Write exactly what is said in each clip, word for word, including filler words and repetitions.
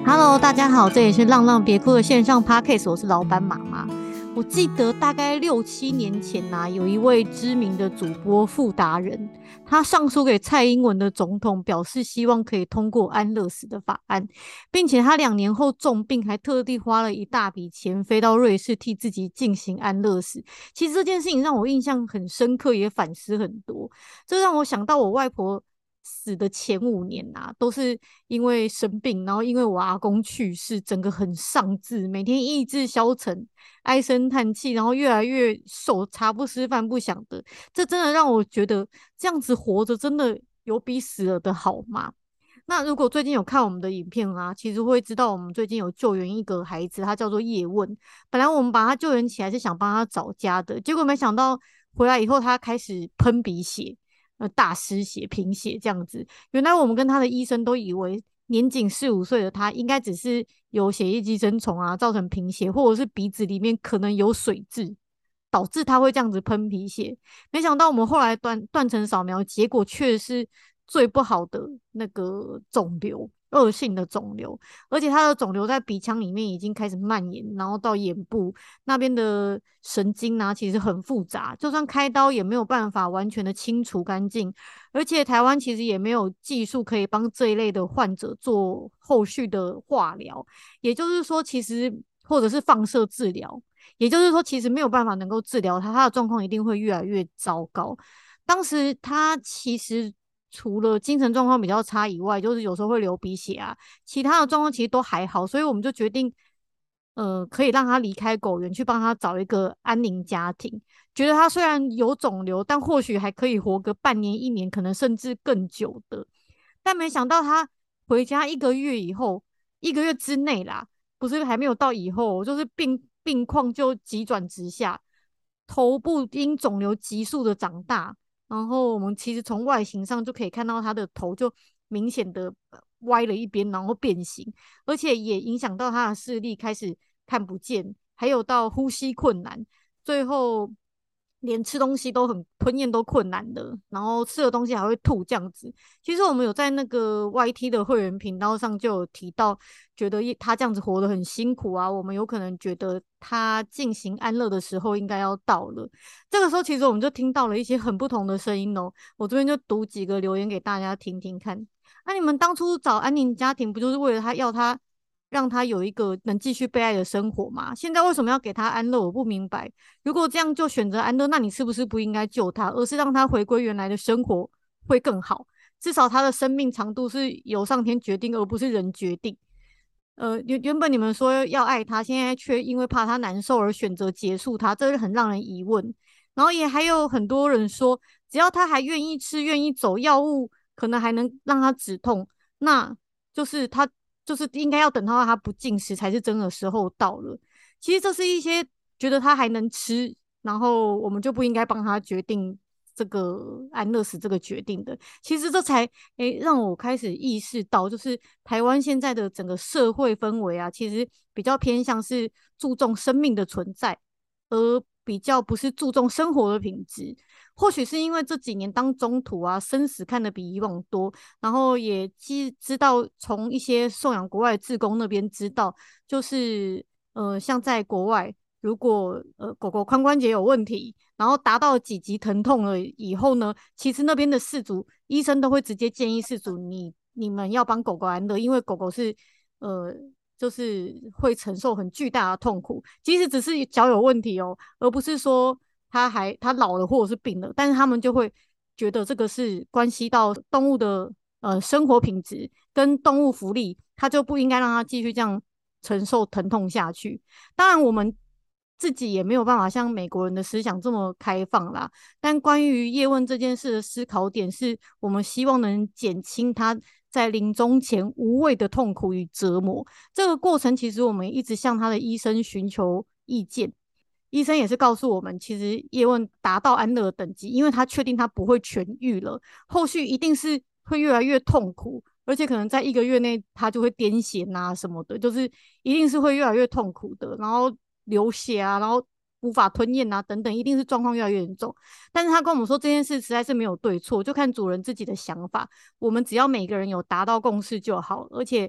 Hello，大家好，这里是浪浪别哭的线上 Podcast，我是老板妈妈。我记得大概六七年前呐、啊，有一位知名的主播傅达人，他上书给蔡英文的总统，表示希望可以通过安乐死的法案，并且他两年后重病，还特地花了一大笔钱飞到瑞士替自己进行安乐死。其实这件事情让我印象很深刻，也反思很多。这让我想到我外婆死的前五年啊，都是因为生病，然后因为我阿公去世，整个很丧志，每天意志消沉，唉声叹气，然后越来越瘦，茶不思饭不想的。这真的让我觉得，这样子活着真的有比死了的好吗？那如果最近有看我们的影片啊，其实会知道我们最近有救援一个孩子，他叫做叶问。本来我们把他救援起来是想帮他找家的，结果没想到回来以后他开始喷鼻血，呃，大失血、贫血这样子。原来我们跟他的医生都以为年仅四五岁的他应该只是有血液寄生虫啊，造成贫血，或者是鼻子里面可能有水蛭，导致他会这样子喷鼻血。没想到我们后来断断层扫描，结果却是最不好的那个肿瘤，恶性的肿瘤，而且他的肿瘤在鼻腔里面已经开始蔓延，然后到眼部那边的神经啊，其实很复杂，就算开刀也没有办法完全的清除干净，而且台湾其实也没有技术可以帮这一类的患者做后续的化疗，也就是说，其实或者是放射治疗。也就是说，其实没有办法能够治疗他，他的状况一定会越来越糟糕。当时他其实除了精神状况比较差以外，就是有时候会流鼻血啊，其他的状况其实都还好，所以我们就决定，呃，可以让他离开狗园，去帮他找一个安宁家庭。觉得他虽然有肿瘤，但或许还可以活个半年、一年，可能甚至更久的。但没想到他回家一个月以后，一个月之内啦，不是还没有到以后，就是病病况就急转直下，头部因肿瘤急速的长大，然后我们其实从外形上就可以看到他的头就明显的歪了一边，然后变形，而且也影响到他的视力，开始看不见，还有到呼吸困难，最后连吃东西都很吞咽都困难的，然后吃的东西还会吐这样子。其实我们有在那个 Y T 的会员频道上就有提到，觉得他这样子活得很辛苦啊，我们有可能觉得他进行安乐的时候应该要到了。这个时候，其实我们就听到了一些很不同的声音哦。我这边就读几个留言给大家听听看。那、啊你们当初找安宁家庭，不就是为了他要他让他有一个能继续被爱的生活吗？现在为什么要给他安乐？我不明白。如果这样就选择安乐，那你是不是不应该救他，而是让他回归原来的生活会更好？至少他的生命长度是由上天决定，而不是人决定。呃，原原本你们说要爱他，现在却因为怕他难受而选择结束他，这是很让人疑问。然后也还有很多人说，只要他还愿意吃、愿意走，药物可能还能让他止痛，那就是他就是应该要等到他不进食才是真的时候到了。其实这是一些觉得他还能吃，然后我们就不应该帮他决定这个安乐死这个决定的。其实这才诶让我开始意识到，就是台湾现在的整个社会氛围啊，其实比较偏向是注重生命的存在，而比较不是注重生活的品质。或许是因为这几年当中途啊，生死看得比以往多，然后也知知道从一些送养国外的志工那边知道，就是呃，像在国外，如果呃狗狗髋关节有问题，然后达到几级疼痛了以后呢，其实那边的饲主医生都会直接建议饲主你你们要帮狗狗安乐，因为狗狗是呃就是会承受很巨大的痛苦，即使只是脚有问题哦，而不是说它还它老了或者是病了，但是他们就会觉得这个是关系到动物的呃生活品质跟动物福利，他就不应该让它继续这样承受疼痛下去。当然，我们自己也没有办法像美国人的思想这么开放啦。但关于叶问这件事的思考点，是我们希望能减轻他在临终前无谓的痛苦与折磨。这个过程，其实我们一直向他的医生寻求意见。医生也是告诉我们，其实叶问达到安乐等级，因为他确定他不会痊愈了，后续一定是会越来越痛苦，而且可能在一个月内他就会癫痫啊什么的，就是一定是会越来越痛苦的，然后流血啊，然后无法吞咽啊等等，一定是状况越来越严重。但是他跟我们说这件事实在是没有对错，就看主人自己的想法，我们只要每个人有达到共识就好，而且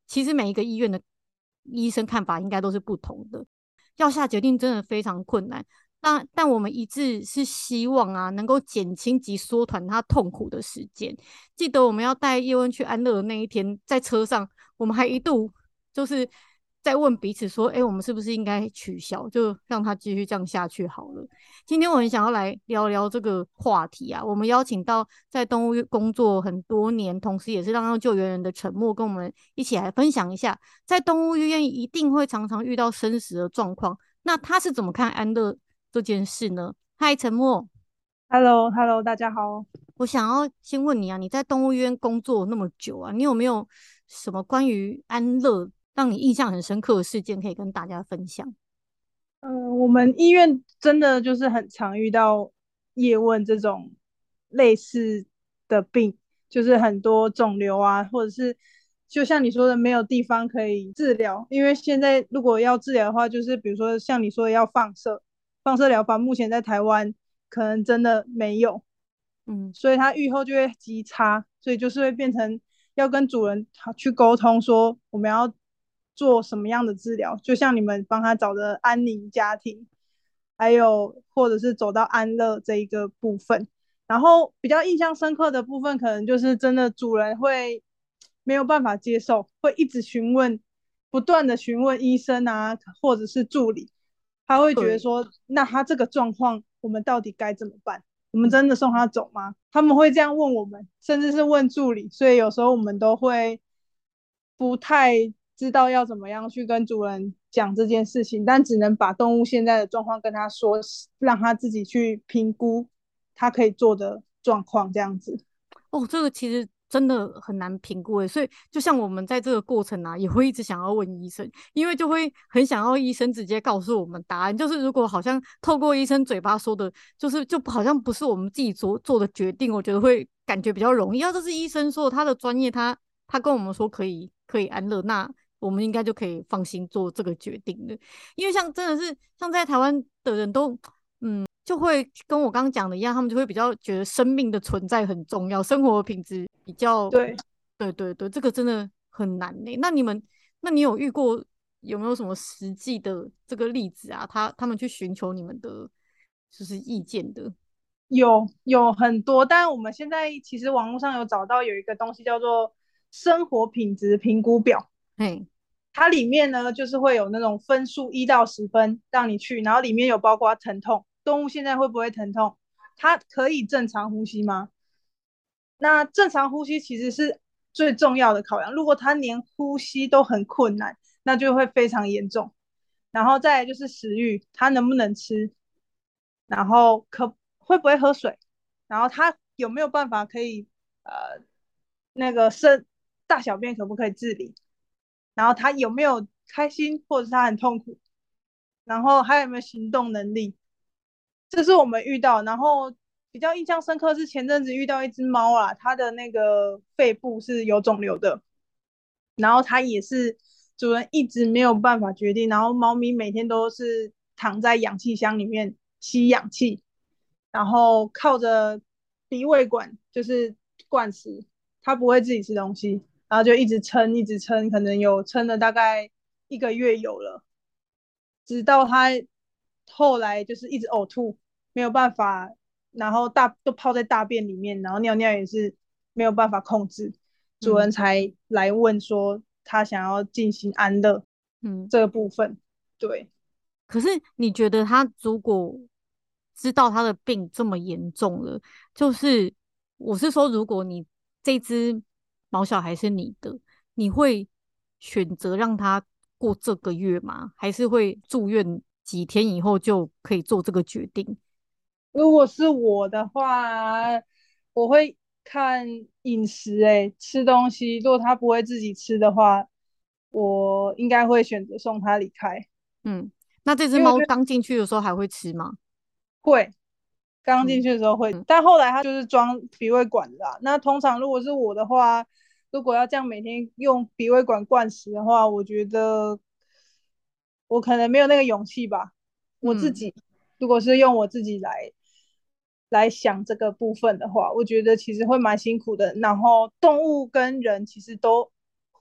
其实每一个医院的医生看法应该都是不同的，要下决定真的非常困难。但但我们一致是希望啊，能够减轻及缩短他痛苦的时间。记得我们要带叶问去安乐的那一天，在车上我们还一度就是在问彼此说：“哎，我们是不是应该取消，就让他继续这样下去好了？”今天我很想要来聊聊这个话题啊。我们邀请到在动物工作很多年，同时也是让让救援人的沉默，跟我们一起来分享一下，在动物医院一定会常常遇到生死的状况。那他是怎么看安乐这件事呢？嗨，沉默， h e l l o h e l l o 大家好。 我想要先问你啊，你在动物医院工作那么久啊，你有没有什么关于安乐让你印象很深刻的事件可以跟大家分享？ 嗯、我们医院真的就是很常遇到叶问这种类似的病，就是很多肿瘤啊，或者是就像你说的，没有地方可以治疗。因为现在如果要治疗的话，就是比如说像你说的要放射，放射疗法目前在台湾可能真的没有， 嗯， 所以它愈后就会极差，所以就是会变成要跟主人去沟通说我们要做什么样的治疗，就像你们帮他找的安宁家庭，还有或者是走到安乐这一个部分。然后比较印象深刻的部分，可能就是真的主人会没有办法接受，会一直询问，不断的询问医生啊，或者是助理，他会觉得对， 说，那他这个状况，我们到底该怎么办？我们嗯。 真的送他走吗？他们会这样问我们，甚至是问助理，所以有时候我们都会不太知道要怎么样去跟主人讲这件事情，但只能把动物现在的状况跟他说，让他自己去评估他可以做的状况，这样子。 哦，这个其实真的很难评估诶，所以就像我们在这个过程啊，也会一直想要问医生，因为就会很想要医生直接告诉我们答案。就是如果好像透过医生嘴巴说的，就是就好像不是我们自己做做的决定，我觉得会感觉比较容易。要这是医生说他的专业，他他跟我们说可以可以安乐，那我们应该就可以放心做这个决定了。因为像真的是像在台湾的人都。就会跟我刚刚讲的一样，他们就会比较觉得生命的存在很重要，生活品质比较， 对， 对对对，这个真的很难呢。那你们，那你有遇过有没有什么实际的这个例子啊？他他们去寻求你们的就是意见的， 有有很多，但我们现在其实网络上有找到有一个东西叫做生活品质评估表， 嘿， 它里面呢就是会有那种分数一到十分让你去，然后里面有包括疼痛，动物现在会不会疼痛？它可以正常呼吸吗？那正常呼吸其实是最重要的考量，如果它连呼吸都很困难，那就会非常严重。然后再来就是食欲，它能不能吃，然后可会不会喝水，然后它有没有办法可以呃那个生大小便可不可以自理，然后他有没有开心或者是他很痛苦，然后还有没有行动能力，这是我们遇到。然后比较印象深刻是前阵子遇到一只猫啊，它的那个肺部是有肿瘤的，然后它也是主人一直没有办法决定，然后猫咪每天都是躺在氧气箱里面吸氧气，然后靠着鼻胃管就是灌食，它不会自己吃东西，然后就一直撑一直撑，可能有撑了大概一个月有了，直到它后来就是一直呕吐，没有办法，然后大都泡在大便里面，然后尿尿也是没有办法控制，主人嗯才来问说他想要进行安乐嗯。 这个部分。对， 可是你觉得他如果知道他的病这么严重了，就是我是说，如果你这只毛小孩是你的，你会选择让他过这个月吗？还是会住院几天以后就可以做这个决定？ 如果是我的话，我会看饮食、欸，哎，吃东西。如果他不会自己吃的话，我应该会选择送他离开， 嗯，那这只因为我觉得猫刚进去的时候还会吃吗？ 会刚进嗯去的时候会， 嗯但后来他就是装鼻胃管的啦。那通常如果是我的话，如果要这样每天用鼻胃管灌食的话，我觉得我可能没有那个勇气吧。我自嗯己如果是用我自己来来想这个部分的话，我觉得其实会蛮辛苦的。然后动物跟人其实都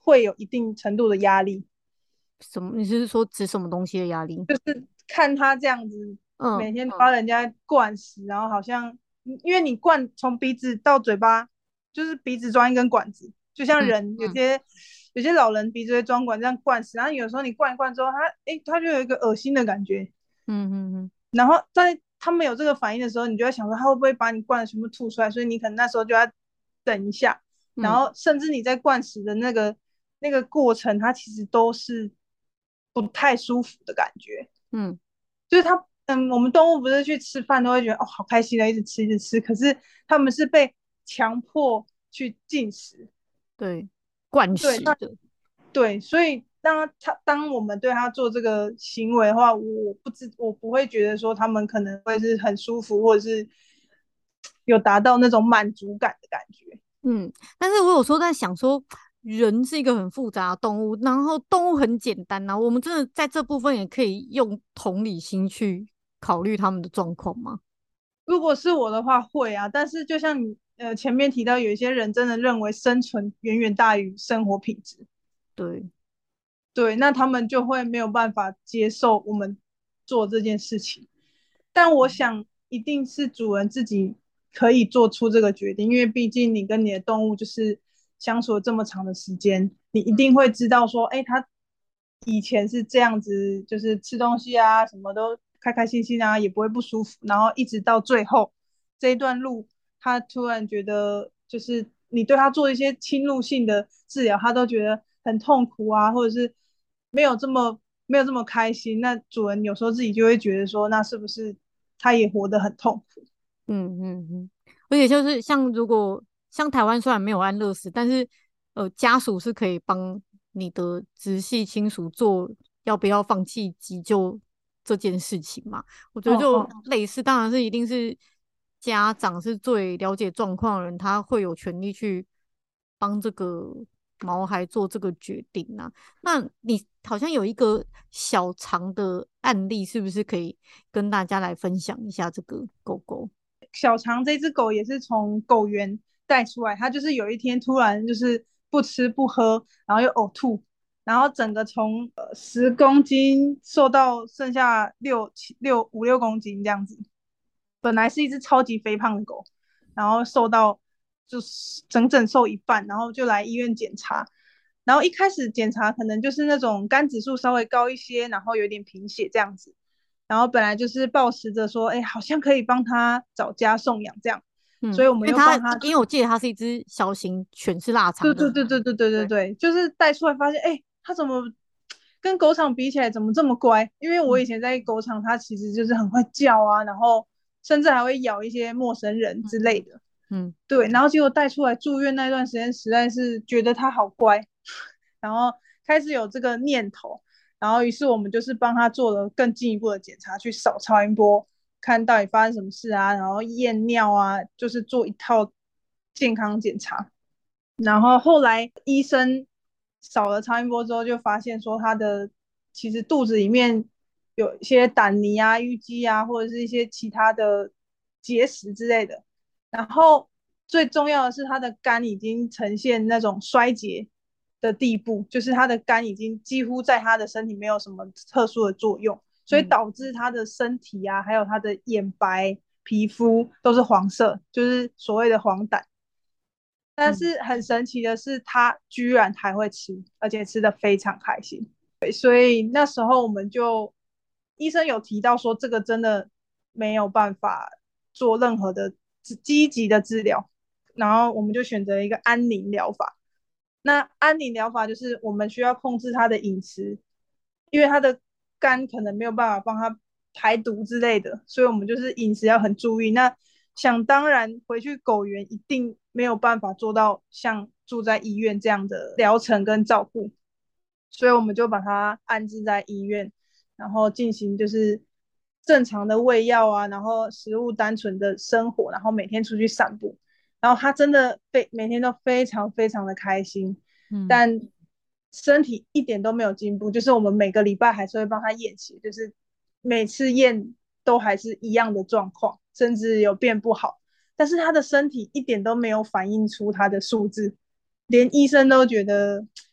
会有一定程度的压力。 什么？你是说指什么东西的压力？ 就是看他这样子嗯每天嗯帮人家灌食，然后好像因为你灌从鼻子到嘴巴，就是鼻子装一根管子，就像嗯人有嗯些有些老人鼻子会装管这样灌食，然后有时候你灌一灌之后，他哎他就有一个恶心的感觉， 嗯嗯嗯然后在他们有这个反应的时候，你就在想说他会不会把你灌的全部吐出来，所以你可能那时候就要等一下，然嗯后甚至你在灌食的那个那个过程，它其实都是不太舒服的感觉。 嗯， 就是他，嗯，我们动物不是去吃饭都会觉得哦好开心的，一直吃一直吃，可是他们是被强迫去进食， 对，惯对，那食的。 对，所以当他当我们对他做这个行为的话，我不知我不会觉得说他们可能会是很舒服，或者是有达到那种满足感的感觉。 嗯，但是我有时候在想说，人是一个很复杂的动物，然后动物很简单呐、我们真的在这部分也可以用同理心去考虑他们的状况吗？ 如果是我的话，会啊，但是就像你呃前面提到，有一些人真的认为生存远远大于生活品质， 对， 对，那他们就会没有办法接受我们做这件事情。但我想，一定是主人自己可以做出这个决定，因为毕竟你跟你的动物就是相处了这么长的时间，你一定会知道说，哎，它以前是这样子，就是吃东西啊，什么都开开心心啊，也不会不舒服，然后一直到最后这一段路，他突然觉得就是你对他做一些侵入性的治疗，他都觉得很痛苦啊，或者是没有这么没有这么开心，那主人有时候自己就会觉得说，那是不是他也活得很痛苦？ 嗯嗯嗯，而且就是像如果像台湾虽然没有安乐死，但是呃家属是可以帮你的直系亲属做要不要放弃急救这件事情嘛。我觉得就哦哦， 类似，当然是一定是家长是最了解状况的人，他会有权利去帮这个毛孩做这个决定啊。那你好像有一个小肠的案例，是不是可以跟大家来分享一下这个狗狗？ 小肠这只狗也是从狗园带出来，它就是有一天突然就是不吃不喝，然后又呕吐，然后整个从呃十公斤瘦到剩下六七六五六公斤这样子。本来是一只超级肥胖的狗，然后瘦到就是整整瘦一半，然后就来医院检查。然后一开始检查可能就是那种肝指数稍微高一些，然后有点贫血这样子。然后本来就是抱持着说，哎，好像可以帮他找家送养这样， 嗯， 所以我们因为它又帮他， 因为我记得它是一只小型犬式腊肠， 对对不对？ 对对对对对对对， 对，就是带出来发现，哎，他怎么跟狗场比起来怎么这么乖？因为我嗯以前在狗场，它其实就是很会叫啊，然后甚至还会咬一些陌生人之类嗯的。 嗯对，然后结果带出来住院那段时间，实在是觉得它好乖，然后开始有这个念头，然后于是我们就是帮他做了更进一步的检查，去扫超音波，看到底发生什么事啊，然后验尿啊，就是做一套健康检查。然后后来医生扫了超音波之后，就发现说他的其实肚子里面有一些胆泥啊、淤积啊，或者是一些其他的结石之类的。然后最重要的是，他的肝已经呈现那种衰竭的地步，就是他的肝已经几乎在他的身体没有什么特殊的作用，所以嗯导致他的身体啊，还有他的眼白、皮肤都是黄色，就是所谓的黄疸。但嗯是很神奇的是，他居然还会吃，而且吃的非常开心。对，所以那时候我们就医生有提到说，这个真的没有办法做任何的积极的治疗，然后我们就选择一个安宁疗法。那安宁疗法就是我们需要控制他的饮食，因为他的肝可能没有办法帮他排毒之类的，所以我们就是饮食要很注意。那想当然，回去狗园一定没有办法做到像住在医院这样的疗程跟照顾，所以我们就把它安置在医院，然后进行就是正常的喂药啊，然后食物单纯的生活，然后每天出去散步。然后他真的非每天都非常非常的开心， 嗯但身体一点都没有进步，就是我们每个礼拜还是会帮他验血，就是每次验都还是一样的状况，甚至有变不好，但是他的身体一点都没有反映出他的数字，连医生都觉得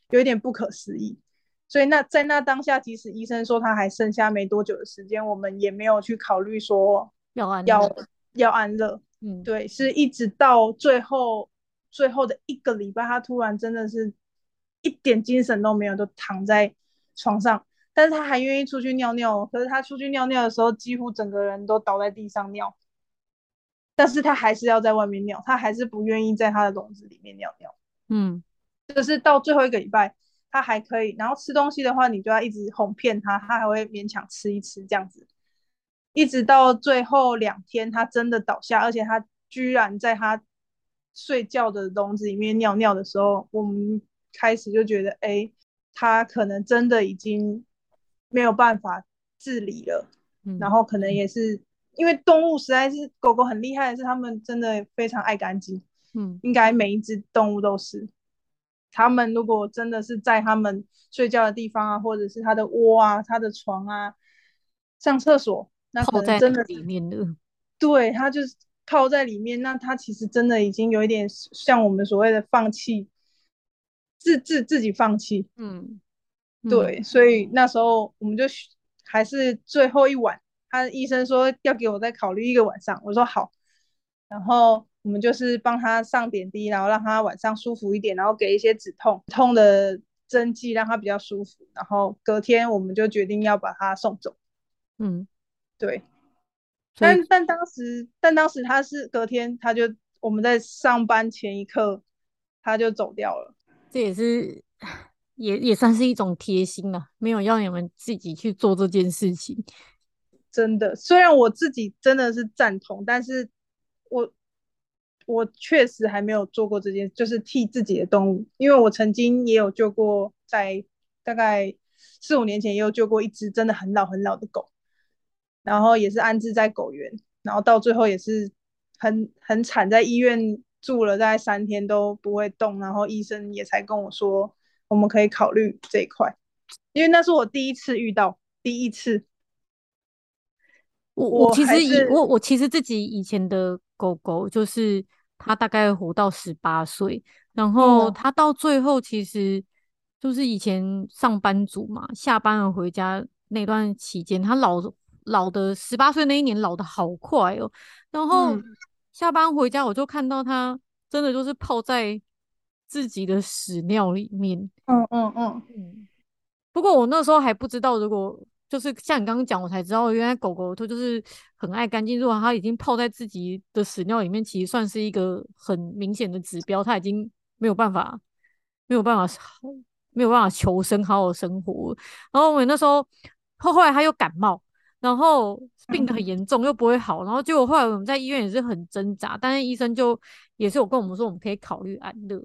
有一点不可思议。所以那在那当下，即使医生说他还剩下没多久的时间，我们也没有去考虑说要安乐。 要要安乐。 嗯， 对，是一直到最后最后的一个礼拜，他突然真的是一点精神都没有，都躺在床上，但是他还愿意出去尿尿。可是他出去尿尿的时候，几乎整个人都倒在地上尿，但是他还是要在外面尿，他还是不愿意在他的笼子里面尿尿。 嗯， 就是到最后一个礼拜，他还可以。然后吃东西的话，你就要一直哄骗他，他还会勉强吃一吃这样子。一直到最后两天，他真的倒下，而且他居然在他睡觉的笼子里面尿尿的时候，我们开始就觉得，哎，他可能真的已经没有办法自理了。然嗯， 后可能也是因为动物实在是狗狗很厉害的是，它们真的非常爱干净。 嗯， 应该每一只动物都是。他们如果真的是在他们睡觉的地方啊，或者是他的窝啊、他的床啊、上厕所，那可泡在能真的里面的。 对他就是泡在里面，那他其实真的已经有一点像我们所谓的放弃，自自自己放弃。 嗯，嗯， 对，所以那时候我们就还是最后一晚，他医生说要给我再考虑一个晚上，我说好。然后我们就是帮他上点滴，然后让他晚上舒服一点，然后给一些止痛痛的针剂，让他比较舒服。然后隔天我们就决定要把他送走。 嗯， 对， 所以但但当时但当时他是隔天他就我们在上班前一刻他就走掉了。 这也是也也算是一种贴心了，没有让你们自己去做这件事情。 真的，虽然我自己真的是赞同，但是我我确实还没有做过这件，就是替自己的动物，因为我曾经也有救过，在大概四五年前也有救过一只真的很老很老的狗，然后也是安置在狗园，然后到最后也是很很惨，在医院住了大概三天都不会动，然后医生也才跟我说我们可以考虑这一块，因为那是我第一次遇到，第一次。 我我我其实以还是我我其实自己以前的狗狗，就是它大概活到十八岁，然后嗯它到最后其实就是以前上班族嘛，下班了回家那段期间，它老老的十八岁那一年老的好快哦，然后嗯下班回家我就看到它真的就是泡在自己的屎尿里面。 嗯嗯嗯， 嗯，不过我那时候还不知道，如果就是像你刚刚讲，我才知道原来狗狗它就是很爱干净。如果它已经泡在自己的屎尿里面，其实算是一个很明显的指标，它已经没有办法没有办法没有办法求生，好好生活。然后我们那时候后后来它又感冒，然后病得很严重，又不会好。然后结果后来我们在医院也是很挣扎，但是医生就也是有跟我们说，我们可以考虑安乐。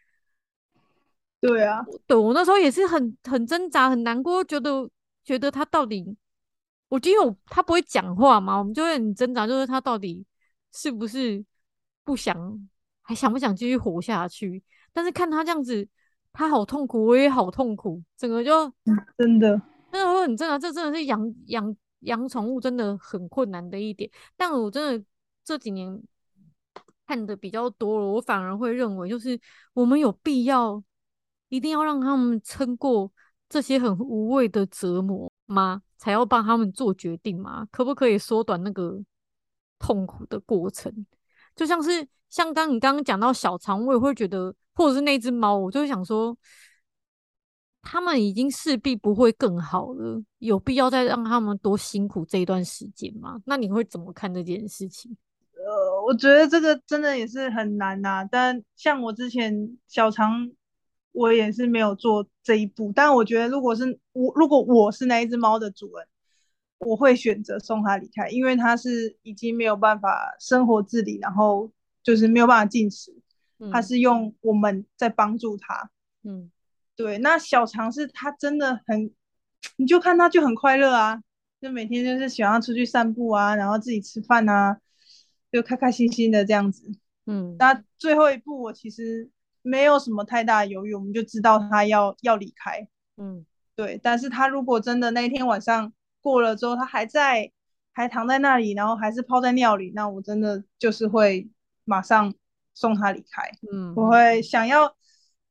对啊， 对，我那时候也是很很挣扎，很难过，觉得觉得他到底，我因为我他不会讲话嘛，我们就会很挣扎，就是他到底是不是不想，还想不想继续活下去？但是看他这样子，他好痛苦，我也好痛苦，整个就真的， 真的会很挣扎。这真的是养养养宠物真的很困难的一点。但我真的这几年看的比较多了，我反而会认为，就是我们有必要一定要让他们撑过这些很无谓的折磨吗？才要帮他们做决定吗？可不可以缩短那个痛苦的过程？就像是像刚你刚刚讲到小肠，我也会觉得，或者是那只猫，我就会想说，他们已经势必不会更好了，有必要再让他们多辛苦这一段时间吗？那你会怎么看这件事情？ 呃，我觉得这个真的也是很难呐、但像我之前小肠，我也是没有做这一步。但我觉得，如果是我，如果我是那一只猫的主人，我会选择送它离开，因为它是已经没有办法生活自理，然后就是没有办法进食，它嗯， 是用我们在帮助它。 嗯， 对，那小肠是它真的很，你就看它就很快乐啊，就每天就是喜欢出去散步啊，然后自己吃饭啊，就开开心心的这样子。 嗯， 那最后一步我其实没有什么太大的犹豫，我们就知道他要要离开。 嗯， 对，但是他如果真的那一天晚上过了之后，他还在还躺在那里，然后还是泡在尿里，那我真的就是会马上送他离开。我嗯， 会想要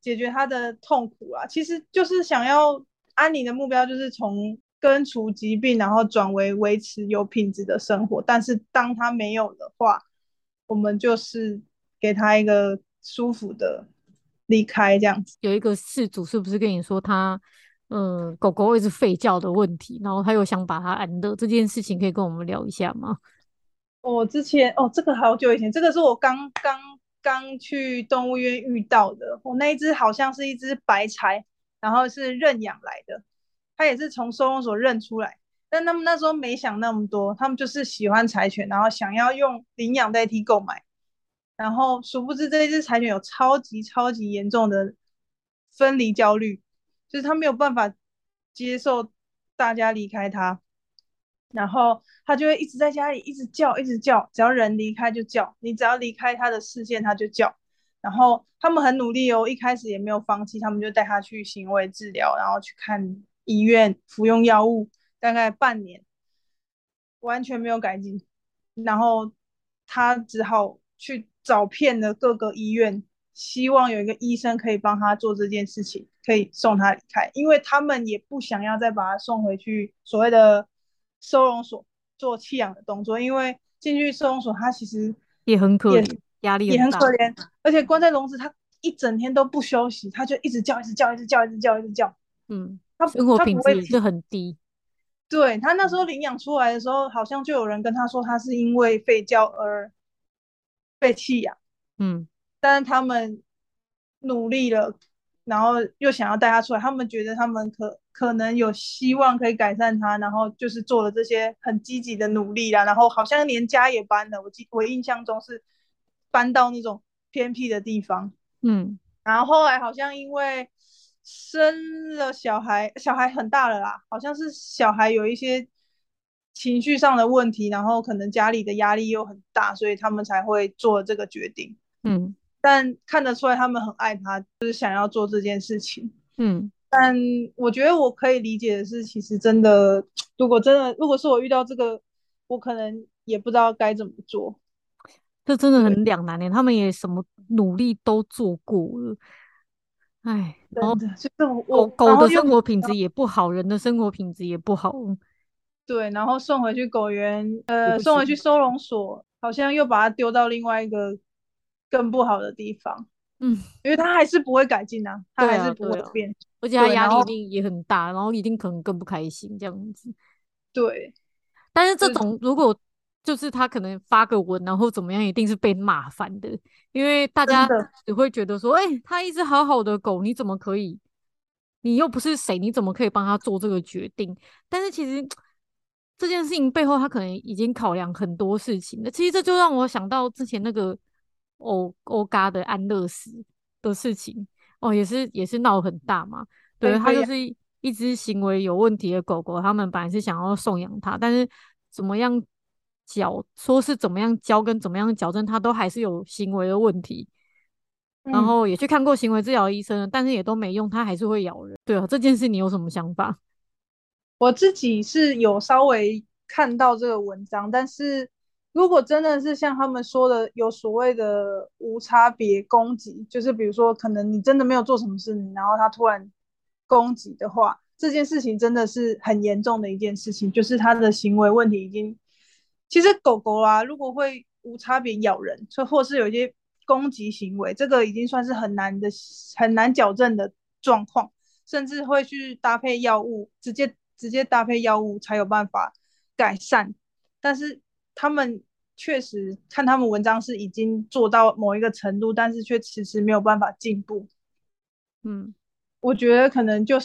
解决它的痛苦啊，其实就是想要安妮的目标就是从根除疾病，然后转为维持有品质的生活。但是当他没有的话，我们就是给他一个舒服的离开，这样子。 有一个事主是不是跟你说他，嗯，狗狗一直吠叫的问题，然后他又想把它安乐，这件事情可以跟我们聊一下吗？ 我之前哦，这个好久以前，这个是我刚刚刚去动物园遇到的。我那一只好像是一只白柴，然后是认养来的，它也是从收容所认出来。但他们那时候没想那么多，他们就是喜欢柴犬，然后想要用领养代替购买。然后殊不知这一只柴犬有超级超级严重的分离焦虑，就是它没有办法接受大家离开它，然后它就会一直在家里一直叫，一直叫，只要人离开就叫，你只要离开它的视线，它就叫。然后他们很努力哦，一开始也没有放弃，他们就带它去行为治疗，然后去看医院，服用药物，大概半年，完全没有改进。然后他只好去找遍了各个医院，希望有一个医生可以帮他做这件事情，可以送他离开，因为他们也不想要再把他送回去所谓的收容所做弃养的动作，因为进去收容所他其实也很可也怜，压力也很大。 很可怜，而且关在笼子，他一整天都不休息，他就一直叫，一直叫，一直叫，一直叫，一直叫， 嗯， 他生活他不会停。 品质也是很低。 对，他那时候领养出来的时候，好像就有人跟他说，他是因为吠叫而被弃养， 嗯但是他们努力了，然后又想要带他出来，他们觉得他们可可能有希望可以改善他，然后就是做了这些很积极的努力啦，然后好像连家也搬了，我记我印象中是搬到那种偏僻的地方， 嗯， 然后后来好像因为生了小孩，小孩很大了啦，好像是小孩有一些情绪上的问题，然后可能家里的压力又很大，所以他们才会做这个决定。 嗯但看得出来他们很爱他，就是想要做这件事情。 嗯， 但我觉得我可以理解的是，其实真的，如果真的，如果是我遇到这个，我可能也不知道该怎么做。 这真的对， 很两难呢。他们也什么努力都做过了，哎，然后真的就是我， 狗我然后又狗的生活品质也不好，人的生活品质也不好， 对，然后送回去狗园，呃， 也不行。 送回去收容所，好像又把它丢到另外一个更不好的地方， 嗯， 因为它还是不会改进啊，它对还是不啊对啊， 会变。 而且他对，然后压力一定也很大，然后一定可能更不开心这样子。 对， 但是这就是种如果就是他可能发个文，然后怎么样，一定是被骂翻的，因为大家真的， 只会觉得说，哎、他一只好好的狗，你怎么可以？你又不是谁，你怎么可以帮他做这个决定？但是其实这件事情背后，他可能已经考量很多事情了。其实这就让我想到之前那个欧欧嘎的安乐死的事情，哦，也是也是闹很大嘛。对， 可以可以啊， 它就是一一只行为有问题的狗狗，他们本来是想要送养它，但是怎么样矫，说是怎么样教跟怎么样矫正，它都还是有行为的问题。然嗯。 后也去看过行为治疗医生了，但是也都没用，它还是会咬人。对啊，这件事你有什么想法？ 我自己是有稍微看到这个文章，但是如果真的是像他们说的有所谓的无差别攻击，就是比如说可能你真的没有做什么事情，然后他突然攻击的话，这件事情真的是很严重的一件事情，就是他的行为问题已经，其实狗狗啊，如果会无差别咬人，或或是有一些攻击行为，这个已经算是很难的、很难矫正的状况。甚至会去搭配药物，直接直接搭配药物才有办法改善。但是他们确实看他们文章是已经做到某一个程度，但是却迟迟没有办法进步。 嗯， 我觉得可能就是，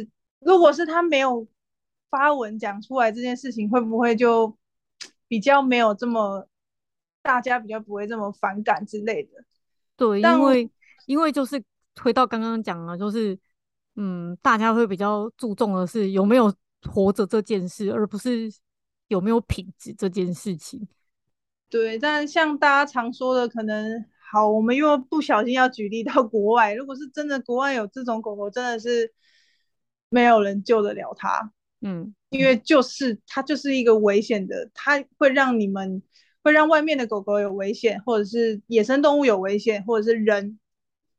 如果是他没有发文讲出来这件事情，会不会就比较没有这么大家比较不会这么反感之类的？ 对， 但因为因为就是回到刚刚讲了，就是嗯，大家会比较注重的是有没有活着这件事，而不是有没有品质这件事情。 对，但像大家常说的，可能好，我们又不小心要举例到国外。如果是真的国外有这种狗狗，真的是没有人救得了它， 嗯因为就是它就是一个危险的，它会让你们会让外面的狗狗有危险，或者是野生动物有危险，或者是人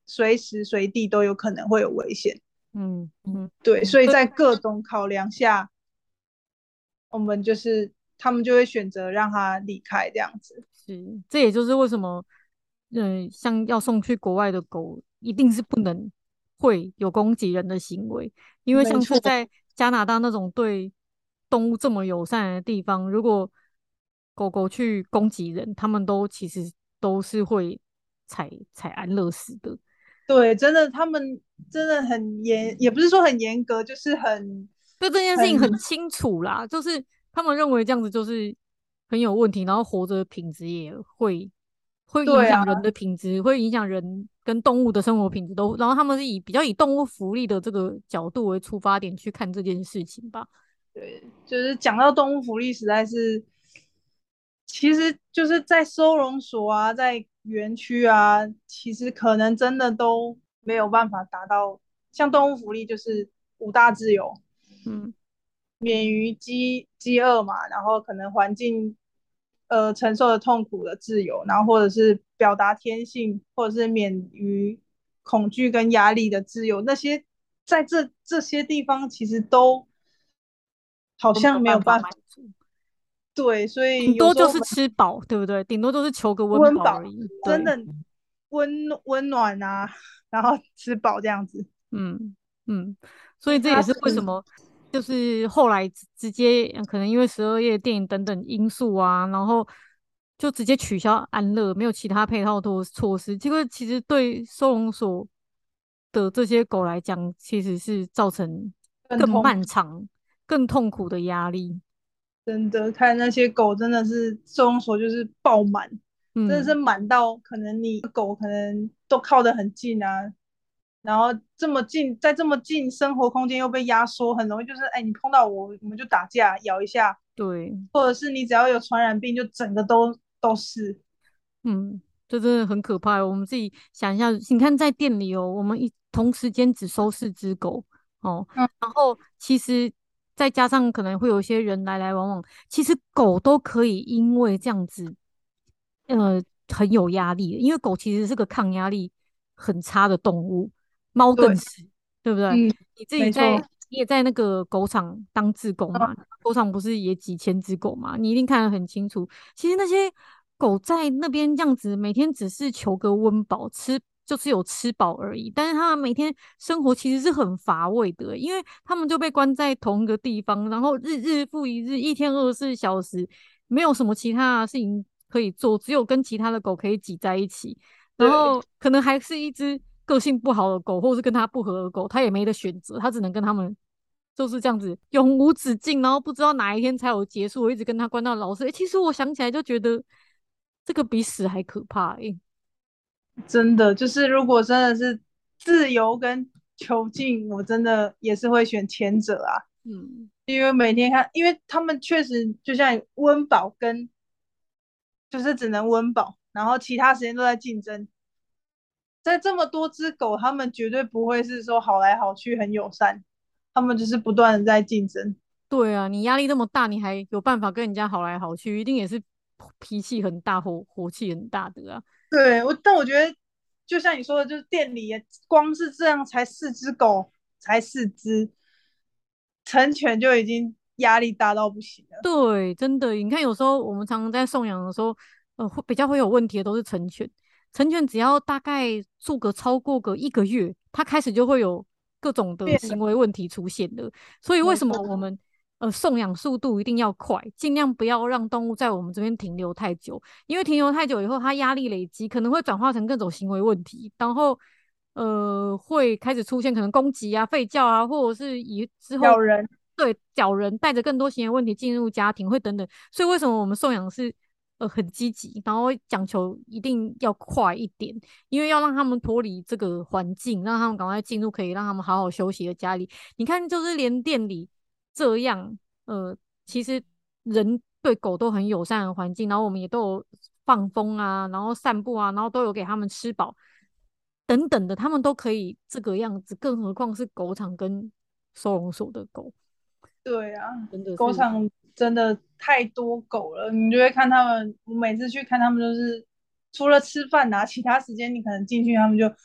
随时随地都有可能会有危险。 嗯嗯， 对，所以对， 在各种考量下，我们就是他们就会选择让他离开这样子。 是，这也就是为什么，嗯、像要送去国外的狗，一定是不能会有攻击人的行为，因为没错， 像是在加拿大那种对动物这么友善的地方，如果狗狗去攻击人，他们都其实都是会采采安乐死的。 对，真的，他们真的很严，也不是说很严格，就是很对这件事很情很清楚啦，就是他们认为这样子就是很有问题，然后活着的品质也会会影对啊， 响人的品质，会影响人跟动物的生活品质都，然后他们是以比较以动物福利的这个角度为出发点去看这件事情吧。 对，就是讲到动物福利，实在是，其实就是在收容所啊，在园区啊，其实可能真的都没有办法达到，像动物福利就是五大自由， 嗯， 免于饥饥饿嘛，然后可能环境呃承受的痛苦的自由，然后或者是表达天性，或者是免于恐惧跟压力的自由，那些在这这些地方其实都好都没有像没有办法。 办法满足， 对，所以顶多就是有时候我们吃饱，对不对？顶多就是求个温温饱饱而已。对， 真的温温暖啊，然后吃饱这样子， 嗯嗯，所以这也是其他事为什么，就是后来直直接呃可能因为十二夜电影等等因素啊，然后就直接取消安乐，没有其他配套措措施。结果其实对收容所的这些狗来讲，其实是造成更更痛苦。 漫长、更痛苦的压力。 真的看那些狗真的是收容所就是爆满，真的是嗯， 满到可能你狗可能都靠得很近啊，然后这么近，在这么近生活空间又被压缩，很容易就是哎你碰到我我们就打架咬一下， 对， 或者是你只要有传染病就整个都都是。 嗯，这真的很可怕。我们自己想一下，你看在店里哦，我们一同时间只收四只狗哦， 嗯， 然后其实再加上可能会有一些人来来往往，其实狗都可以因为这样子，呃，很有压力的，因为狗其实是个抗压力很差的动物，猫更对， 是，对不对？ 嗯， 你自己在， 没错， 你也在那个狗场当志工嘛， 嗯， 狗场不是也几千只狗嘛，你一定看得很清楚。其实那些狗在那边这样子，每天只是求个温饱，吃就是有吃饱而已。但是它们每天生活其实是很乏味的欸，因为它们就被关在同一个地方，然后日日复一日，一天二十四小时，没有什么其他的事情可以做，只有跟其他的狗可以挤在一起。然对后可能还是一只个性不好的狗，或是跟它不合的狗，它也没得选择，它只能跟它们就是这样子永无止境，然后不知道哪一天才有结束。我一直跟它关到老死。诶，其实我想起来就觉得这个比死还可怕诶。 真的就是如果真的是自由跟囚禁，我真的也是会选前者啊， 嗯， 因为每天看，因为他们确实就像温饱跟就是只能温饱，然后其他时间都在竞争。在这么多只狗，它们绝对不会是说好来好去很友善，它们就是不断的在竞争。 对啊，你压力那么大，你还有办法跟人家好来好去，一定也是脾气很大、火火气很大的啊。 对我，但我觉得就像你说的，就是店里光是这样才四只狗，才四只，成犬就已经压力大到不行了。 对，真的，你看有时候我们常常在送养的时候，呃，会比较会有问题的都是成犬。成犬只要大概住个超过个一个月，它开始就会有各种的变得行为问题出现的。所以为什么没错， 我们呃送养速度一定要快，尽量不要让动物在我们这边停留太久，因为停留太久以后，它压力累积可能会转化成各种行为问题，然后呃会开始出现可能攻击啊、吠叫啊，或者是以之后咬人， 对找人带着更多行为问题进入家庭会等等。所以为什么我们送养是呃很积极，然后讲求一定要快一点，因为要让他们脱离这个环境，让他们赶快进入可以让他们好好休息的家里。你看，就是连店里这样，呃，其实人对狗都很友善的环境，然后我们也都有放风啊，然后散步啊，然后都有给他们吃饱等等的，他们都可以这个样子，更何况是狗场跟收容所的狗， 对啊， 真的是狗场真的太多狗了，你就会看他们，我每次去看他们都是除了吃饭啊，其他时间你可能进去他们就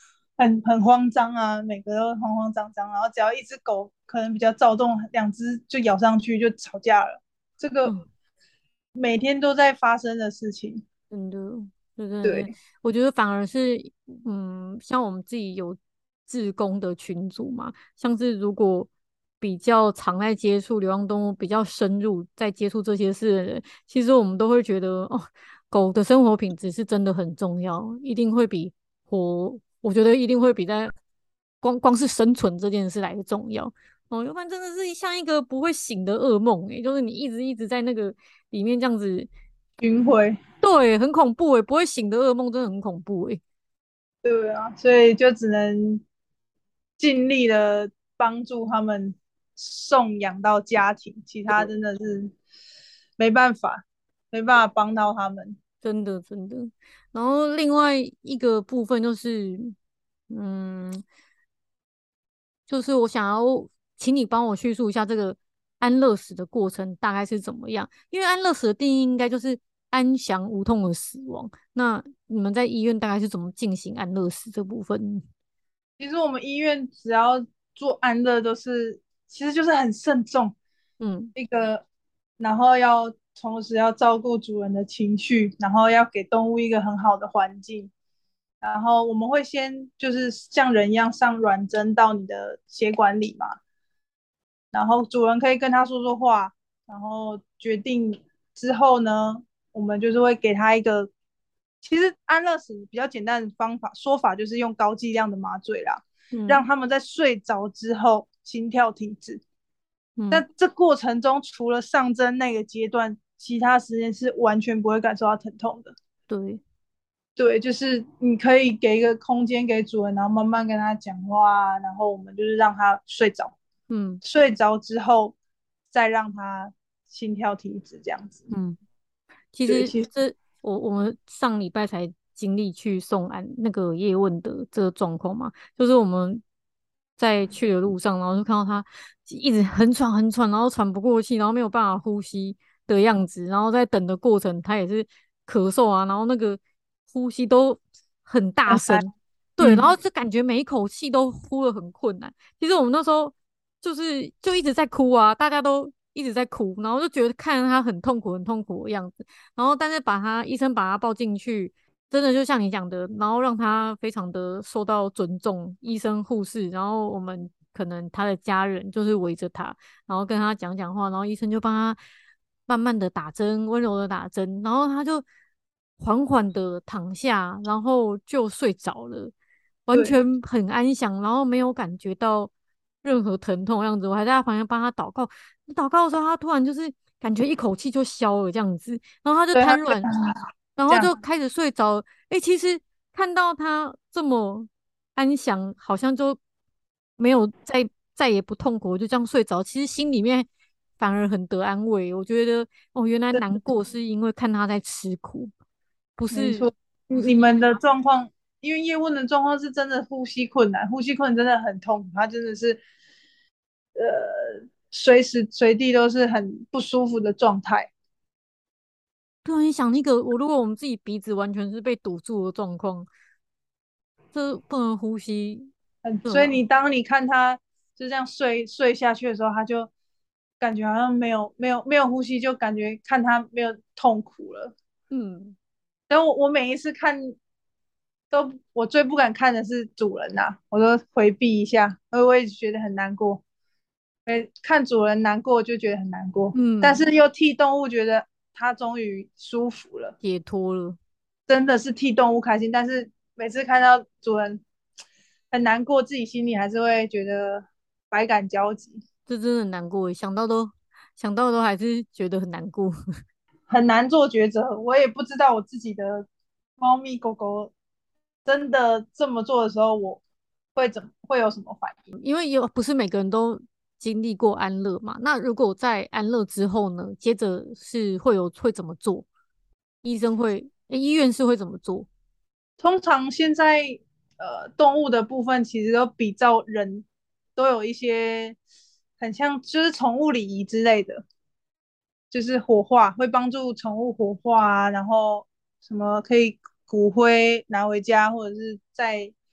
很很慌张啊，每个都慌慌张张，然后只要一只狗可能比较躁动，两只就咬上去就吵架了，这个嗯， 每天都在发生的事情。 真的，就真的是， 对， 我觉得反而是，嗯，像我们自己有志工的群组嘛，像是如果比较常在接触流浪动物，比较深入在接触这些事的人，其实我们都会觉得，哦，狗的生活品质是真的很重要，一定会比活，我觉得一定会比在光光是生存这件事来的重要。哦，要不然真的是像一个不会醒的噩梦诶，就是你一直一直在那个里面这样子。 巡回。 对，很恐怖诶，不会醒的噩梦真的很恐怖诶。 对啊，所以就只能尽力的帮助他们送养到家庭，其他真的是没办法，没办法帮到他们。 真的真的。然后另外一个部分就是，嗯，就是我想要请你帮我叙述一下这个安乐死的过程大概是怎么样，因为安乐死的定义应该就是安详无痛的死亡。那你们在医院大概是怎么进行安乐死这部分？ 其实我们医院只要做安乐都是，其实就是很慎重嗯一个，然后要同时要照顾主人的情绪，然后要给动物一个很好的环境。然后我们会先就是像人一样上软针到你的血管里嘛，然后主人可以跟他说说话，然后决定之后呢，我们就是会给他一个，其实安乐死比较简单的方法说法就是用高剂量的麻醉啦，让嗯他们在睡着之后心跳停止。 嗯， 但这过程中除了上针那个阶段，其他时间是完全不会感受到疼痛的。 对， 对，就是你可以给一个空间给主人，然后慢慢跟他讲话，然后我们就是让他睡着， 嗯睡着之后再让他心跳停止，这样子。 嗯。其对， 实其实这我我们上礼拜才经历去送安那个叶问的这个状况嘛，就是我们在去的路上，然后就看到他一直很喘很喘，然后喘不过气，然后没有办法呼吸的样子，然后在等的过程，他也是咳嗽啊，然后那个呼吸都很大很难。 声，对，然后嗯， 就感觉每一口气都呼的很困难。其实我们那时候就是就一直在哭啊，大家都一直在哭，然后就觉得看着他很痛苦、很痛苦的样子。然后但是把他医生把他抱进去，真的就像你讲的，然后让他非常的受到尊重，医生、护士，然后我们可能他的家人就是围着他，然后跟他讲讲话，然后医生就帮他慢慢的打针，温柔的打针，然后他就缓缓的躺下，然后就睡着了，完对， 全很安详，然后没有感觉到任何疼痛的样子。我还在他旁边帮他祷告，祷告的时候，他突然就是感觉一口气就消了这样子，然后他就对，他瘫软，然这样， 后就开始睡着。诶，其实看到他这么安详，好像就没有再再也不痛苦，就这样睡着。其实心里面反而很得安慰。我觉得哦，原来难过是因为看他在吃苦，不是没错。 不是你们的状况，因为叶问的状况是真的呼吸困难，呼吸困难真的很痛苦，他真的是呃随时随地都是很不舒服的状态。 突然想那个，我如果我们自己鼻子完全是被堵住的状况，这不能呼吸， 嗯，所以对吧？ 你当你看他就这样睡睡下去的时候，他就感觉好像没有没有没有呼吸，就感觉看他没有痛苦了。 嗯， 然后我我每一次看都，我最不敢看的是主人呐、啊我都回避一下，因为我也觉得很难过。看主人难过就觉得很难过，但嗯， 是又替动物觉得它终于舒服了， 解脱了， 真的是替动物开心。但是每次看到主人很难过，自己心里还是会觉得百感交集， 这真的很难过耶，想到都想到都还是觉得很难过。 很难做抉择。我也不知道我自己的猫咪狗狗真的这么做的时候，我会怎么会有什么反应？ 因为有不是每个人都经历过安乐嘛。那如果在安乐之后呢，接着是会有会怎么做？医生会，诶医院是会怎么做？ 通常现在呃动物的部分其实都比照人，都有一些很像就是宠物礼仪之类的，就是火化会帮助宠物火化啊，然后什么可以骨灰拿回家，或者是在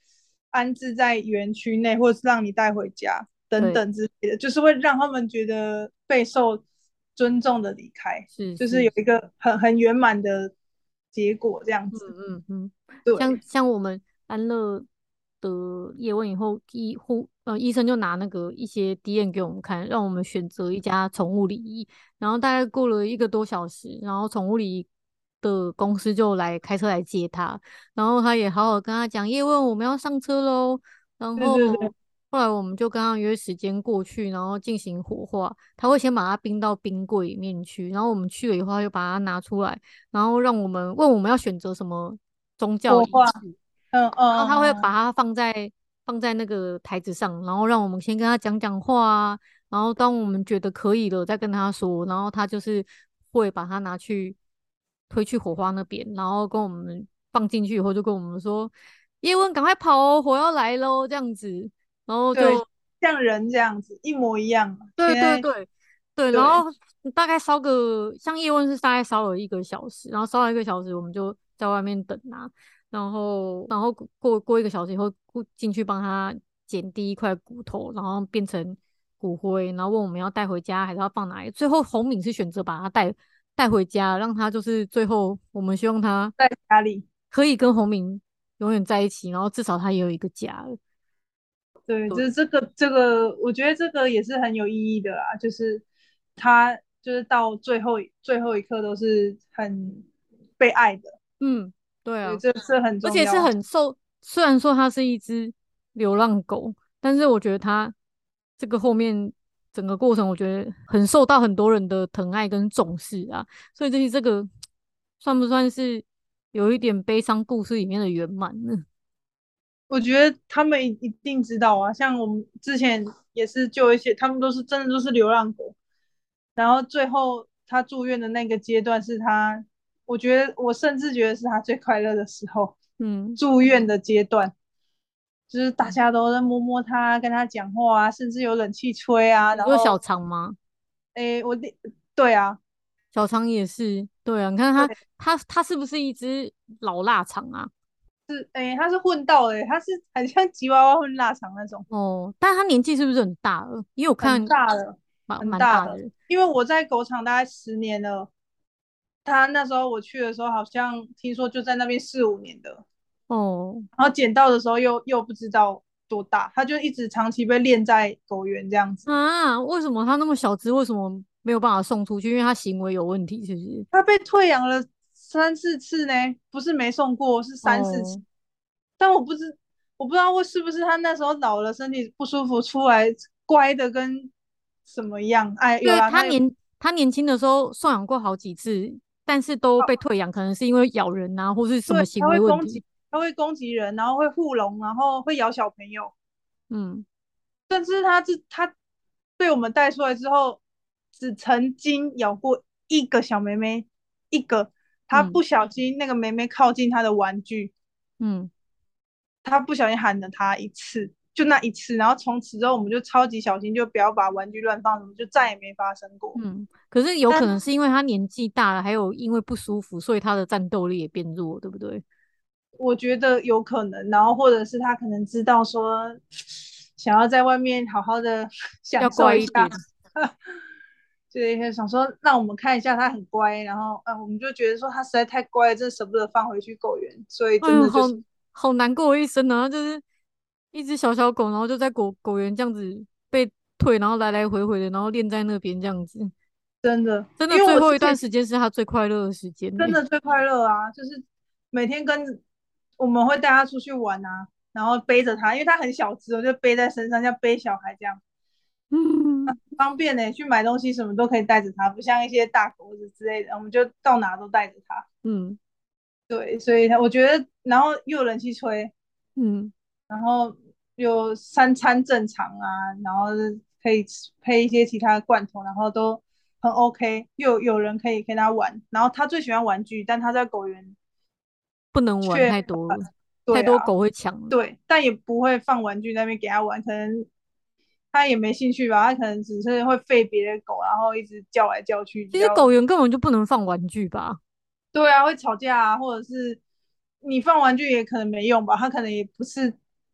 安置在园区内，或者是让你带回家等对， 等之类的，就是会让他们觉得备受尊重的离开， 是是是， 就是有一个很很圆满的结果这样嗯子。 嗯嗯，像对像我们安乐的叶问以后，医护呃医生就拿那个一些 D N 给我们看，让我们选择一家宠物礼仪，然后大概过了一个多小时，然后宠物礼仪的公司就来开车来接他，然后他也好好跟他讲，叶问我们要上车喽，然后对对对， 后来我们就跟他约时间过去，然后进行火化，他会先把它冰到冰柜里面去，然后我们去了以后，他就把它拿出来。然后让我们问我们要选择什么宗教火化， 仪式， 嗯然后他会把嗯嗯， 它放在放在那个台子上，然后让我们先跟他讲讲话啊，然后当我们觉得可以了，再跟他说，然后他就是会把它拿去推去火化那边，然后跟我们放进去以后就跟我们说：叶问赶快跑哦，火要来喽，这样子，然后对， 就像人这样子一模一样。 对现在对对对，然对后大概烧个，像叶问是大概烧了一个小时，然后烧了一个小时，我们就在外面等啊，然后然后过过一个小时以后，过进去帮他捡第一块骨头，然后变成骨灰，然后问我们要带回家还是要放哪里。最后红敏是选择把他带带回家，让他就是最后我们希望他在家里。 可以跟红敏永远在一起，然后至少他也有一个家了。 对， 对， 这这个这个，我觉得这个也是很有意义的啦，就是他就是到最后最后一刻都是很被爱的， 嗯，对对， 啊。 这这很而且是重要。 很受，虽然说它是一只流浪狗，但是我觉得它这个后面整个过程，我觉得很受到很多人的疼爱跟重视啊。所以这些这个算不算是有一点悲伤故事里面的圆满呢？ 我觉得他们一定知道啊，像我们之前也是救一些，他们都是真的都是流浪狗，然后最后他住院的那个阶段是他，我觉得我甚至觉得是他最快乐的时候， 嗯， 住院的阶段。就是大家都在摸摸他，跟他讲话啊，甚至有冷气吹啊。 你说小然后， 肠吗？ 诶，我的对啊， 小肠也是，对啊，你看它， 对， 它它是不是一只老腊肠啊？ 是诶，他是混到诶，他是很像吉娃娃混腊肠那种， 哦，但它年纪是不是很大了？因为我很看大的， 蛮很大的。 蛮大的。 因为我在狗场大概十年了，他那时候我去的时候，好像听说就在那边四五年的， 哦， 然后捡到的时候又又不知道多大，他就一直长期被练在狗园这样子。 啊，为什么它那么小只？为什么没有办法送出去？因为它行为有问题，是不是？ 他被退养了三四次呢，不是没送过，是三四次。 哦， 但我不知我不知道我是不是他那时候老了，身体不舒服出来，乖的跟什么一样。哎， 因为有啦，他有， 它年它年轻的时候送养过好几次，但是都被退养，可能是因为咬人啊，或是什么对， 行他为问题。 会攻击，他会攻击人，然后会护笼，然后会咬小朋友。 嗯甚至他是他被我们带出来之后，只曾经咬过一个小妹妹，一个，他嗯不小心那个妹妹靠近他的玩具， 嗯他不小心喊了他一次，就那一次，然后从此之后我们就超级小心，就不要把玩具乱放，什么就再也没发生过。 嗯，可是有可但能是因为它年纪大了，还有因为不舒服，所以它的战斗力也变弱，对不对？ 我觉得有可能，然后或者是他可能知道说，想要在外面好好的要享受一下， 乖一点。 就是想说让我们看一下他很乖，然后呃我们就觉得说他实在太乖了，真的舍不得放回去狗园，所以哎呦，好真的就是好难过一生啊！就是一只小小狗，然后就在狗狗园这样子被退，然后来来回回的，然后练在那边这样子。 真的， 真的， 因为最后一段我之前时间是他最快乐的时间呢。 真的最快乐啊，就是每天跟我们会带他出去玩啊，然后背着他，因为他很小只，我就背在身上，像背小孩这样， 嗯方便呢、去买东西什么都可以带着他，不像一些大狗子之类的，我们就到哪都带着他。 嗯对，所以他我觉得，然后又有人气吹， 嗯， 然后有三餐正常啊，然后可以配一些其他的罐头，然后都很 OK，又有人可以跟他玩，然后他最喜欢玩具，但他在狗园不能玩却太多了，太对啊， 多狗会抢了。 对，但也不会放玩具在那边给他玩，可能他也没兴趣吧，他可能只是会吠别的狗，然后一直叫来叫去，比较其实狗园根本就不能放玩具吧？ 对啊，会吵架啊，或者是你放玩具也可能没用吧，他可能也不是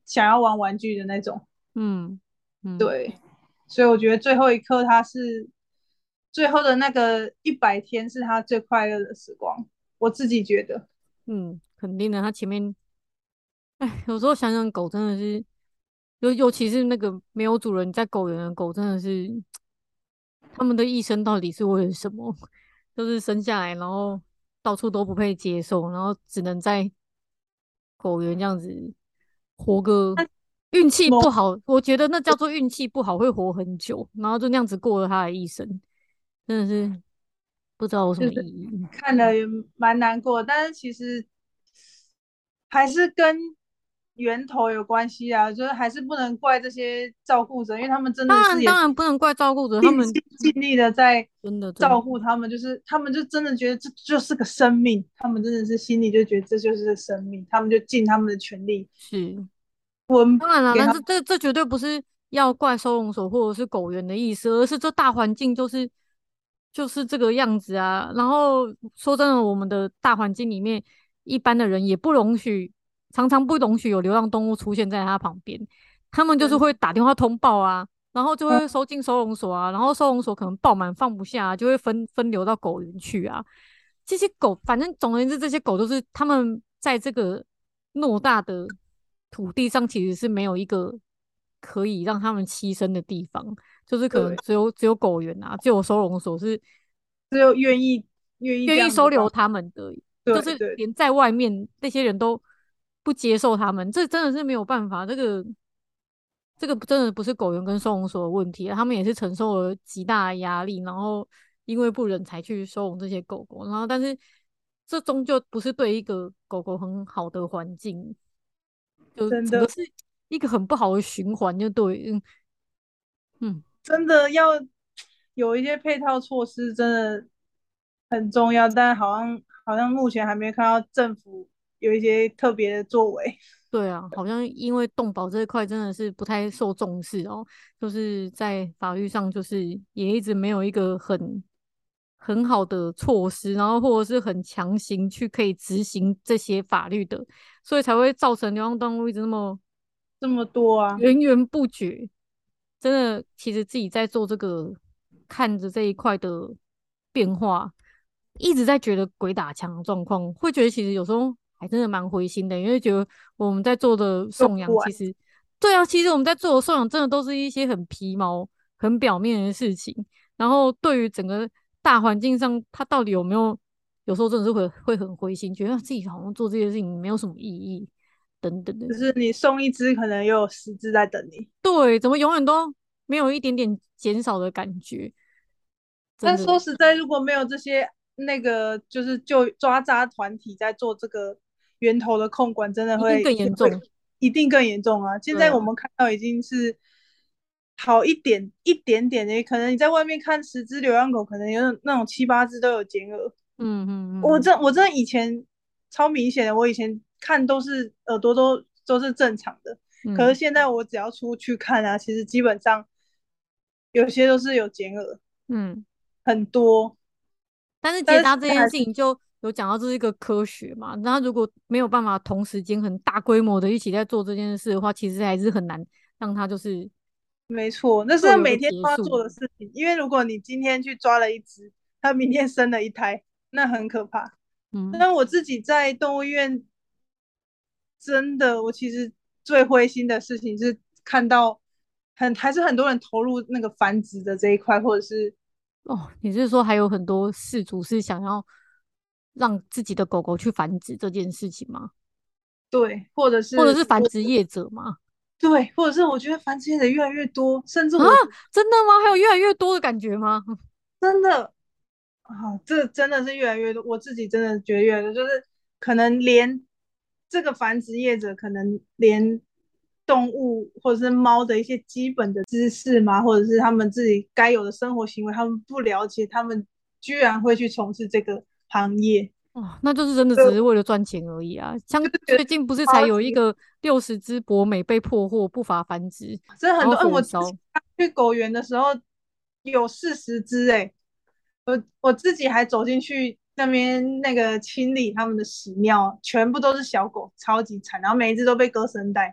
想要玩玩具的那种。 嗯嗯对，所以我觉得最后一刻它是最后的那个一百天是他最快乐的时光，我自己觉得。 嗯，肯定的。他前面，哎，有时候想想狗真的是，尤尤其是那个没有主人在狗园的狗，真的是他们的一生到底是为了什么？就是生下来，然后到处都不被接受，然后只能在狗园这样子活个那运气某不好，我觉得那叫做运气不好，会活很久，然后就那样子过了他的一生，真的是不知道有什么意就是义。 看了也蛮难过，但是其实还是跟源头有关系啊，就是还是不能怪这些照顾者，因为他们真的当然， 是也当然不能怪照顾者，他们尽心尽力的在真的真的照顾他们，就是他们就真的觉得这就是个生命，他们真的是心里就觉得这就是个生命，他们就尽他们的全力是。 温当然了， 给他们。 但是这这绝对不是要怪收容所或者是狗园的意思，而是这大环境就是就是这个样子啊。然后说真的，我们的大环境里面，一般的人也不容许，常常不容许有流浪动物出现在他旁边，他们就是真会打电话通报啊，然后就嗯， 会收进收容所啊，然后收容所可能爆满放不下啊，就会分分流到狗园去啊。这些狗，反正总而言之，这些狗都是他们在这个偌大的土地上，其实是没有一个可以让他们栖身的地方，就是可能对， 只有只有狗园啊，只有收容所是只有愿意愿意这愿意样子帮， 收留他们的，就是对对， 连在外面那些人都不接受他们，这真的是没有办法。这个这个真的不是狗园跟收容所的问题啊，他们也是承受了极大的压力，然后因为不忍才去收容这些狗狗，然后但是这终究不是对一个狗狗很好的环境，就真的整个是一个很不好的循环，就对，嗯嗯， 真的要有一些配套措施，真的很重要，但好像好像目前还没看到政府有一些特别的作为。 对啊，好像因为动保这一块真的是不太受重视哦，就是在法律上就是也一直没有一个很很好的措施，然后或者是很强行去可以执行这些法律的，所以才会造成流浪动物一直那么这么多啊， 源源不绝。真的，其实自己在做这个，看着这一块的变化，一直在觉得鬼打墙的状况，会觉得其实有时候还真的蛮灰心的，因为觉得我们在做的送养， 用不完， 其实对啊，其实我们在做的送养，真的都是一些很皮毛、很表面的事情，然后对于整个大环境上，它到底有没有，有时候真的是会会很灰心，觉得自己好像做这些事情没有什么意义，等等的。 只是你送一只，可能又有十只在等你。 对，怎么永远都没有一点点减少的感觉？真但的说实在，如果没有这些那个就是就抓渣团体在做这个源头的控管，真的一定更会严重。 一定更严重啊！现对啊， 在我们看到已经是好一点一点点的，可能你在外面看十只流浪狗，可能有那种七八只都有剪耳。 嗯嗯我嗯真我真的以前超明显的，我以前看都是耳朵都都是正常的，可是嗯现在我只要出去看啊，其实基本上有些都是有剪耳， 嗯。 很多， 但是结但是扎这件事还是情就有讲到这是一个科学嘛，那如果没有办法同时间很大规模的一起在做这件事的话，其实还是很难让它就是没错，那是要就有一个每天都要结束。 做的事情，因为如果你今天去抓了一只，它明天生了一胎，那很可怕。 嗯， 但我自己在动物医院，真的，我其实最灰心的事情是看到很还是很多人投入那个繁殖的这一块，或者是哦，你是说还有很多饲主是想要让自己的狗狗去繁殖这件事情吗？ 对，或者或者是我是繁殖业者吗？ 对，或者是我觉得繁殖业的越来越多，甚至啊， 我真的吗？还有越来越多的感觉吗？ 真的啊，这真的是越来越多，我自己真的觉得越来越多，就是可能连这个繁殖业者，可能连动物或者是猫的一些基本的知识嘛，或者是他们自己该有的生活行为，他们不了解，他们居然会去从事这个行业， 哦，那就是真的只是就为了赚钱而已啊！像就觉得最近不是才超级有一个六十只博美被破获不法繁殖，然后真的很多。嗯，我之前火烧。 去狗园的时候有四十只哎，我我自己还走进去那边那个清理他们的屎尿，全部都是小狗，超级惨，然后每一只都被割声带。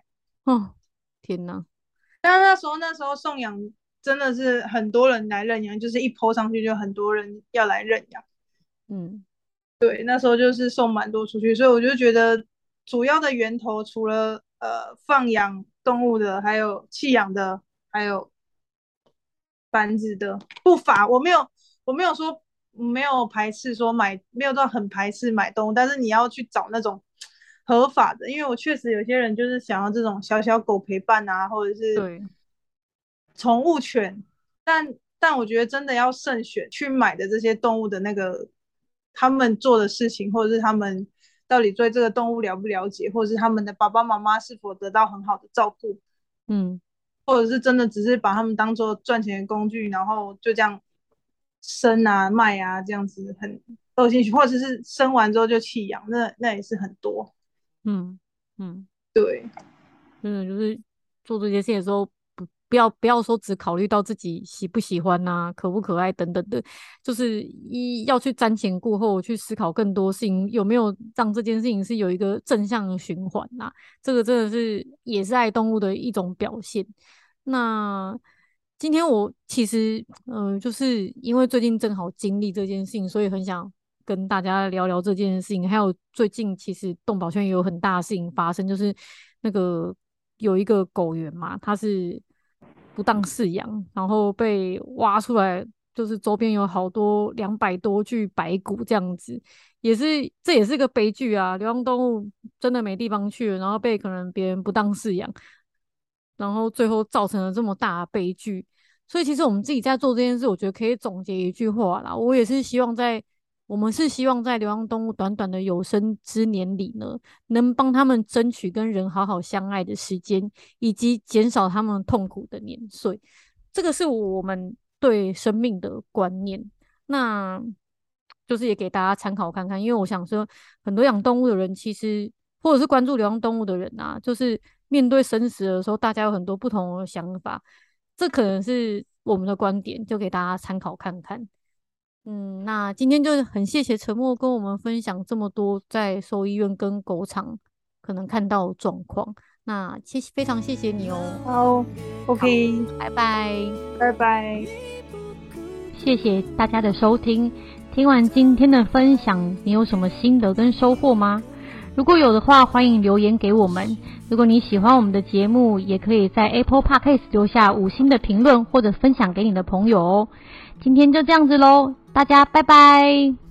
哦，天哪！ 但是那时候那时候送养真的是很多人来认养，就是一 po 上去就很多人要来认养。 嗯对，那时候就是送蛮多出去，所以我就觉得主要的源头除了呃放养动物的，还有弃养的，还有繁殖的，不乏我没有我没有说没有排斥说买，没有到很排斥买动物，但是你要去找那种合法的，因为我确实有些人就是想要这种小小狗陪伴啊，或者是对， 宠物犬，但但我觉得真的要慎选去买的这些动物的那个他们做的事情，或者是他们到底对这个动物了不了解，或者是他们的爸爸妈妈是否得到很好的照顾， 嗯或者是真的只是把他们当做赚钱的工具，然后就这样生啊卖啊这样子很恶心，或者是生完之后就弃养，那那也是很多。 嗯嗯。 对， 真的就是做这些事情的时候，不不要不要说只考虑到自己喜不喜欢呐、可不可爱等等的，就是一要去瞻前顾后，去思考更多事情，有没有让这件事情是有一个正向的循环呐、这个真的是也是爱动物的一种表现。那今天我其实，嗯、就是因为最近正好经历这件事情，所以很想跟大家聊聊这件事情。还有最近其实动保圈也有很大的事情发生，就是那个有一个狗园嘛，它是不当饲养，然后被挖出来，就是周边有好多两百多具白骨这样子，也是这也是个悲剧啊！流浪动物真的没地方去了，然后被可能别人不当饲养。然后最后造成了这么大的悲剧。所以其实我们自己在做这件事，我觉得可以总结一句话啦。我也是希望在，我们是希望在流浪动物短短的有生之年里呢，能帮他们争取跟人好好相爱的时间，以及减少他们痛苦的年岁。这个是我们对生命的观念。那就是也给大家参考看看，因为我想说，很多养动物的人其实，或者是关注流浪动物的人啊，就是面对生死的时候，大家有很多不同的想法。这可能是我们的观点，就给大家参考看看。嗯，那今天就很谢谢陈默跟我们分享这么多在兽医院跟狗场可能看到的状况。那谢谢，非常谢谢你哦。 好，OK， 拜拜。 拜拜。 谢谢大家的收听。听完今天的分享，你有什么心得跟收获吗？如果有的话，欢迎留言给我们。如果你喜欢我们的节目，也可以在 Apple Podcast 留下五星的评论，或者分享给你的朋友哦。今天就这样子咯，大家拜拜。